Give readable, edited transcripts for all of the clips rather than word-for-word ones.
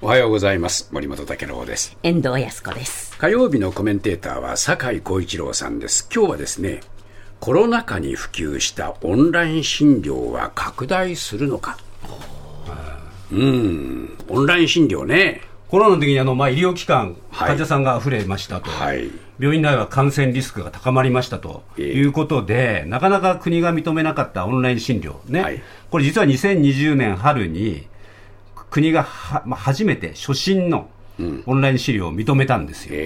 おはようございます。森本武郎です。 遠藤康子です。 火曜日のコメンテーターは酒井光一郎さんです。今日はですね、コロナ禍に普及したオンライン診療は拡大するのか。オンライン診療ね。 コロナの時に医療機関、患者さんが溢れましたと、病院内は感染リスクが高まりましたということで、なかなか国が認めなかったオンライン診療ね、これ実は2020年春に国が初めて初診のオンライン診療を認めたんですよ。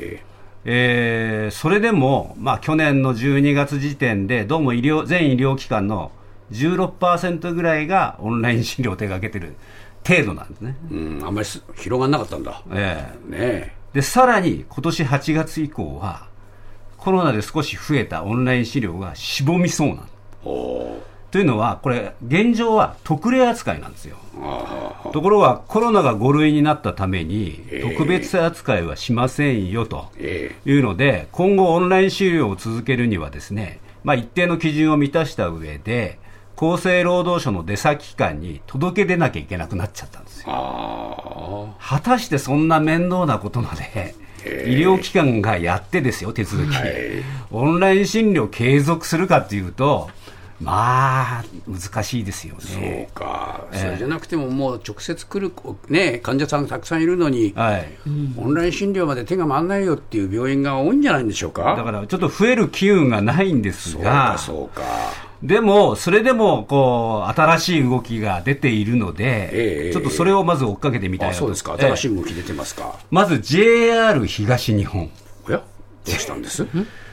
それでも、去年の12月時点でどうも全医療機関の 16% ぐらいがオンライン診療を手掛けてる程度なんですね。 あんまり広がんなかったんだ。 でさらに今年8月以降はコロナで少し増えたオンライン診療がしぼみそうなの。というのはこれ現状は特例扱いなんですよ。ところがコロナが5類になったために特別扱いはしませんよというので、今後オンライン診療を続けるにはですね、一定の基準を満たした上で厚生労働省の出先機関に届け出なきゃいけなくなっちゃったんですよ。果たしてそんな面倒なことまで医療機関がやってですよ、手続き、オンライン診療継続するかっていうと難しいですよね。 そうか、それじゃなくてももう直接来る、患者さんがたくさんいるのに、オンライン診療まで手が回らないよっていう病院が多いんじゃないんでしょうか。 だからちょっと増える機運がないんですが、 そうかでもそれでも新しい動きが出ているので、ちょっとそれをまず追っかけてみたいなと。 そうですか、新しい動き出てますか。 まず JR 東日本、 どうしたんです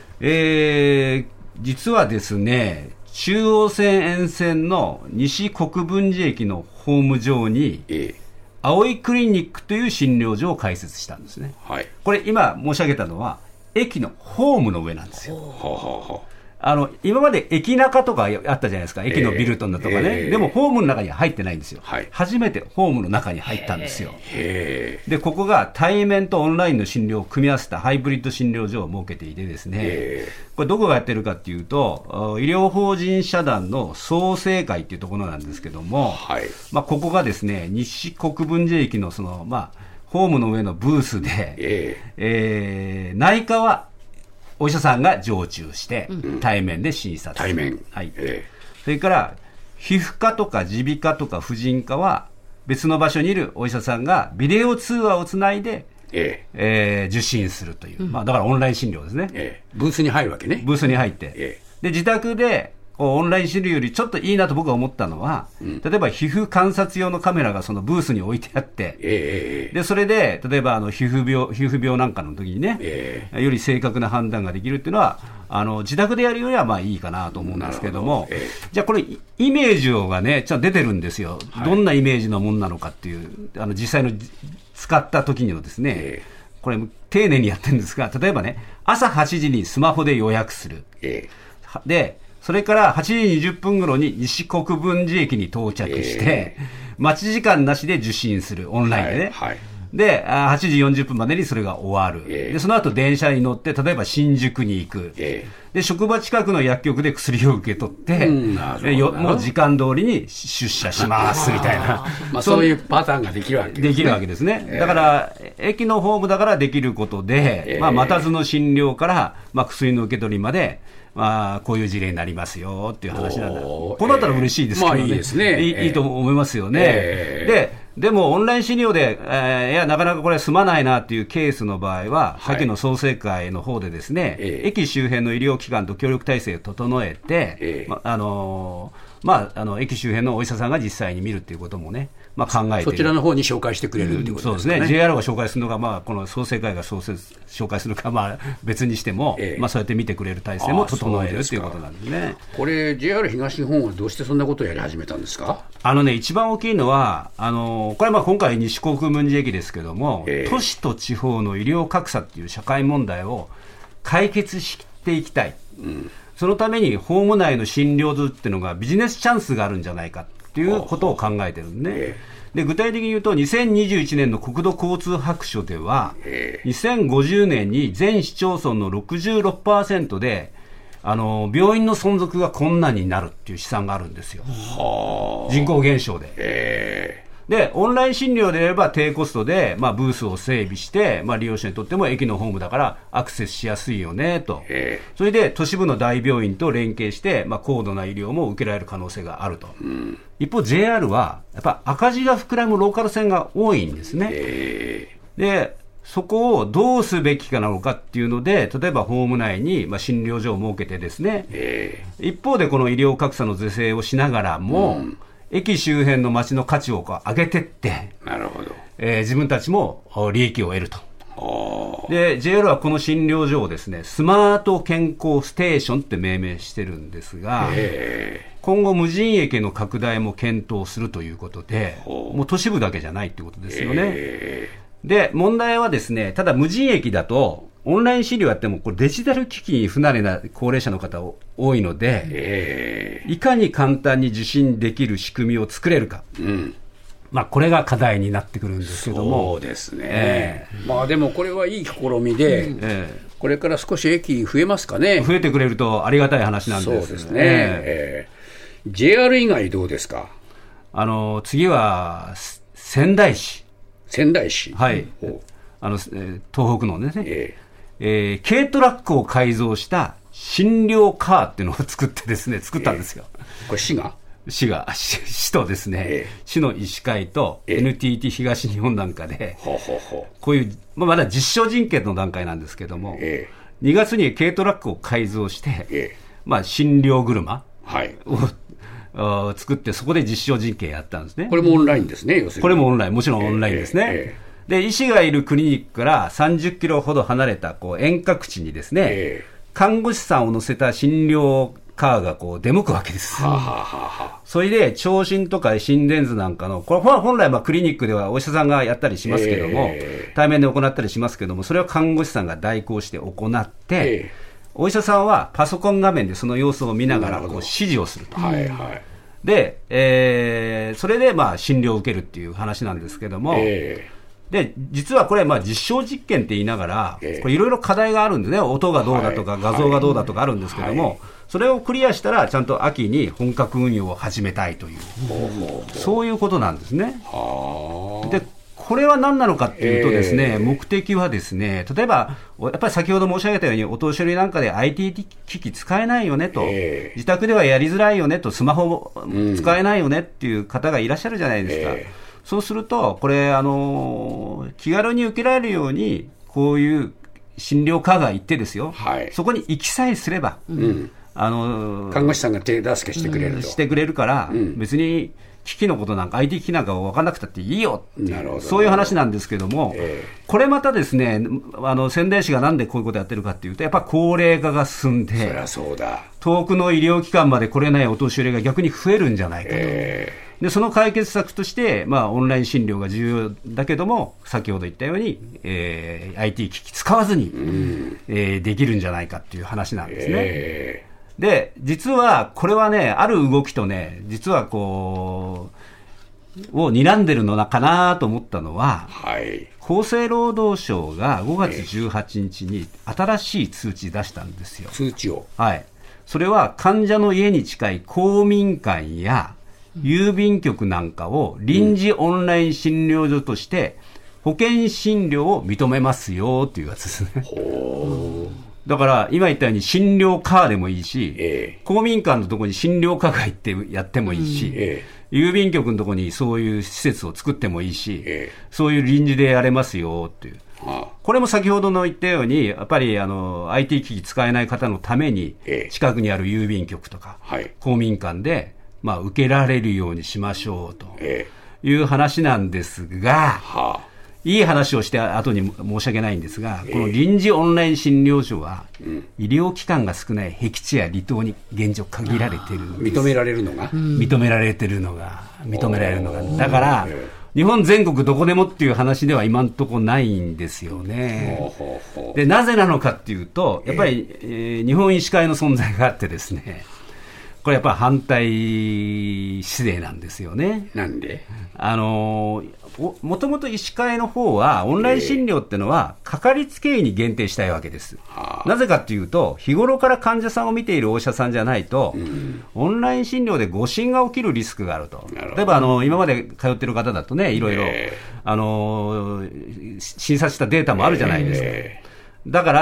実はですね、中央線沿線の西国分寺駅のホーム上に、青いクリニックという診療所を開設したんですね。これ今申し上げたのは駅のホームの上なんですよ。今まで駅中とかあったじゃないですか、駅のビルトンだとかね、でもホームの中には入ってないんですよ。初めてホームの中に入ったんですよ。でここが対面とオンラインの診療を組み合わせたハイブリッド診療所を設けていてですね、これどこがやってるかっていうと、医療法人社団の創生会っていうところなんですけども、ここがですね、西国分寺駅のホームの上のブースで、内科はお医者さんが常駐して対面で診察する、それから皮膚科とか耳鼻科とか婦人科は別の場所にいるお医者さんがビデオ通話をつないで、受診するという、だからオンライン診療ですね。 ブースに入るわけね。 ブースに入って、で自宅でオンライン診療よりちょっといいなと僕は思ったのは、例えば皮膚観察用のカメラがそのブースに置いてあって、でそれで例えば皮膚病なんかの時にね、より正確な判断ができるっていうのは自宅でやるよりはいいかなと思うんですけども、じゃあこれイメージがねちゃんと出てるんですよ。どんなイメージのものなのかっていう実際の使った時にですね、これ丁寧にやってるんですが、例えばね、朝8時にスマホで予約する、でそれから8時20分頃に西国分寺駅に到着して、待ち時間なしで受診する、オンラインでね。で、8時40分までにそれが終わる。で、その後電車に乗って、例えば新宿に行く。で、職場近くの薬局で薬を受け取って、もう時間通りに出社しますみたいな。 そういうパターンができるわけですね。 できるわけですね。だから、駅のホームだからできることで、待たずの診療から、薬の受け取りまで、こういう事例になりますよっていう話なんだ。こうなったら嬉しいですけどね。 いいですね。 いいと思いますよね。でもオンライン診療で、なかなかこれ済まないなっていうケースの場合は、さっきの創生会の方でですね、駅周辺の医療機関と協力体制を整えて、駅周辺のお医者さんが実際に見るっていうこともね、考えている。 そちらの方に紹介してくれるということですね。 そうですね。JR が紹介するのか、この創生会が紹介するか、別にしても、そうやって見てくれる体制も整えるということなんですね。 これ JR 東日本はどうしてそんなことをやり始めたんですか。 一番大きいのはこれは今回西国分寺駅ですけども、都市と地方の医療格差っていう社会問題を解決していきたい、そのためにホーム内の診療所っていうのがビジネスチャンスがあるんじゃないかっていうことを考えてるんですね。で具体的に言うと2021年の国土交通白書では、2050年に全市町村の 66% で病院の存続が困難になるっていう試算があるんですよ。人口減少で。 で、オンライン診療であれば低コストで、ブースを整備して、利用者にとっても駅のホームだからアクセスしやすいよねと。それで都市部の大病院と連携して、高度な医療も受けられる可能性があると。一方 JR はやっぱ赤字が膨らむローカル線が多いんですね。で、そこをどうすべきかなのかっていうので、例えばホーム内に診療所を設けてですね、一方でこの医療格差の是正をしながらも、駅周辺の街の価値を上げてって、 なるほど。 自分たちも利益を得ると。で、JR はこの診療所をですね、スマート健康ステーションって命名してるんですが、今後無人駅の拡大も検討するということで、もう都市部だけじゃないってことですよね。で、問題はですね、ただ無人駅だと、オンライン診療やっても、これデジタル機器に不慣れな高齢者の方多いので、いかに簡単に受診できる仕組みを作れるか。これが課題になってくるんですけども。 そうですね。でもこれはいい試みで、これから少し駅増えますかね。 増えてくれるとありがたい話なんです。 そうですね。JR 以外どうですか？ 次は、仙台市。 仙台市。 はい。東北のですね、軽トラックを改造した診療カーっていうのを作ったんですよ。 これ市とですね、市の医師会と NTT 東日本なんかで、こういう、まだ実証実験の段階なんですけども、2月に軽トラックを改造して、診療車を作って、そこで実証実験やったんですね。 これもオンラインですね、要するに。 これもオンライン、もちろんオンラインですね。で、医師がいるクリニックから30キロほど離れた遠隔地にですね、看護師さんを乗せた診療カーが出向くわけです。それで、聴診とか心電図なんかの、これ本来クリニックではお医者さんがやったりしますけども、対面で行ったりしますけども、それを看護師さんが代行して行って、お医者さんはパソコン画面でその様子を見ながら指示をすると。で、それで診療を受けるっていう話なんですけども、で、実はこれ実証実験って言いながら、これいろいろ課題があるんですね。音がどうだとか画像がどうだとかあるんですけども、それをクリアしたらちゃんと秋に本格運用を始めたいという、そういうことなんですね。で、これは何なのかっていうとですね、目的はですね、例えばやっぱり先ほど申し上げたようにお年寄りなんかで IT 機器使えないよねと、自宅ではやりづらいよねと、スマホ使えないよねっていう方がいらっしゃるじゃないですか。そうすると、これ、気軽に受けられるように、こういう診療科が行ってですよ、そこに行きさえすれば、 看護師さんが手助けしてくれると。 してくれるから、別に機器のことなんか、IT 機器なんか分からなくたっていいよっていう、そういう話なんですけども、これまたですね、仙台市がなんでこういうことやってるかっていうと、やっぱ高齢化が進んで、 そりゃそうだ。 遠くの医療機関まで来れないお年寄りが逆に増えるんじゃないかと。で、その解決策として、オンライン診療が重要だけども、先ほど言ったように、IT 機器使わずに、できるんじゃないかっていう話なんですね。で、実は、これはね、ある動きとね、実はを睨んでるのかなと思ったのは、厚生労働省が5月18日に新しい通知出したんですよ。 通知を。 それは患者の家に近い公民館や郵便局なんかを臨時オンライン診療所として保険診療を認めますよというやつですね。だから今言ったように診療カーでもいいし、公民館のところに診療科が行ってやってもいいし、郵便局のところにそういう施設を作ってもいいし、そういう臨時でやれますよっていう。これも先ほどの言ったように、やっぱりIT 機器使えない方のために、近くにある郵便局とか、公民館で、受けられるようにしましょうという話なんですが、いい話をして後に申し訳ないんですが、この臨時オンライン診療所は、医療機関が少ない僻地や離島に現状限られているんです。 認められるのが。 だから、日本全国どこでもっていう話では今のところないんですよね。で、なぜなのかっていうと、やっぱり、日本医師会の存在があってですね、これやっぱり反対姿勢なんですよね。 なんで？ もともと医師会の方はオンライン診療ってのはかかりつけ医に限定したいわけです。なぜかっていうと、日頃から患者さんを見ているお医者さんじゃないと、オンライン診療で誤診が起きるリスクがあると。 例えば今まで通ってる方だとね、いろいろ、診察したデータもあるじゃないですか。だから、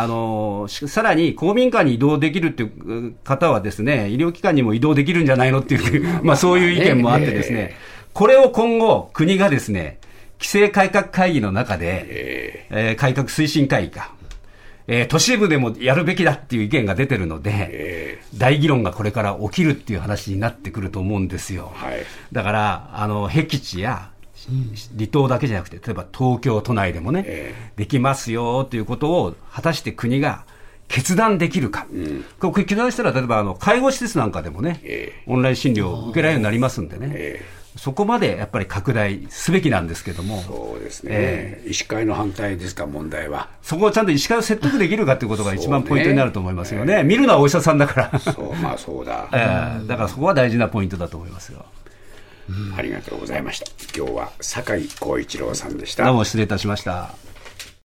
さらに公民館に移動できるっていう方はですね、医療機関にも移動できるんじゃないのっていうまあそういう意見もあってですね、これを今後国がですね、規制改革会議の中で、改革推進会議か、都市部でもやるべきだっていう意見が出てるので、大議論がこれから起きるっていう話になってくると思うんですよ。はい、だから僻地や離島だけじゃなくて、例えば東京都内でもね、できますよということを果たして国が決断できるか、これ決断したら、例えば介護施設なんかでもね、オンライン診療を受けられるようになりますんでね、そこまでやっぱり拡大すべきなんですけども。 そうですね、医師会の反対ですか、問題は。 そこをちゃんと医師会を説得できるかということが一番ポイントになると思いますよね。見るのはお医者さんだからまあそうだ、 だからそこは大事なポイントだと思いますよ。 ありがとうございました。今日は酒井光一郎さんでした。 どうも失礼いたしました。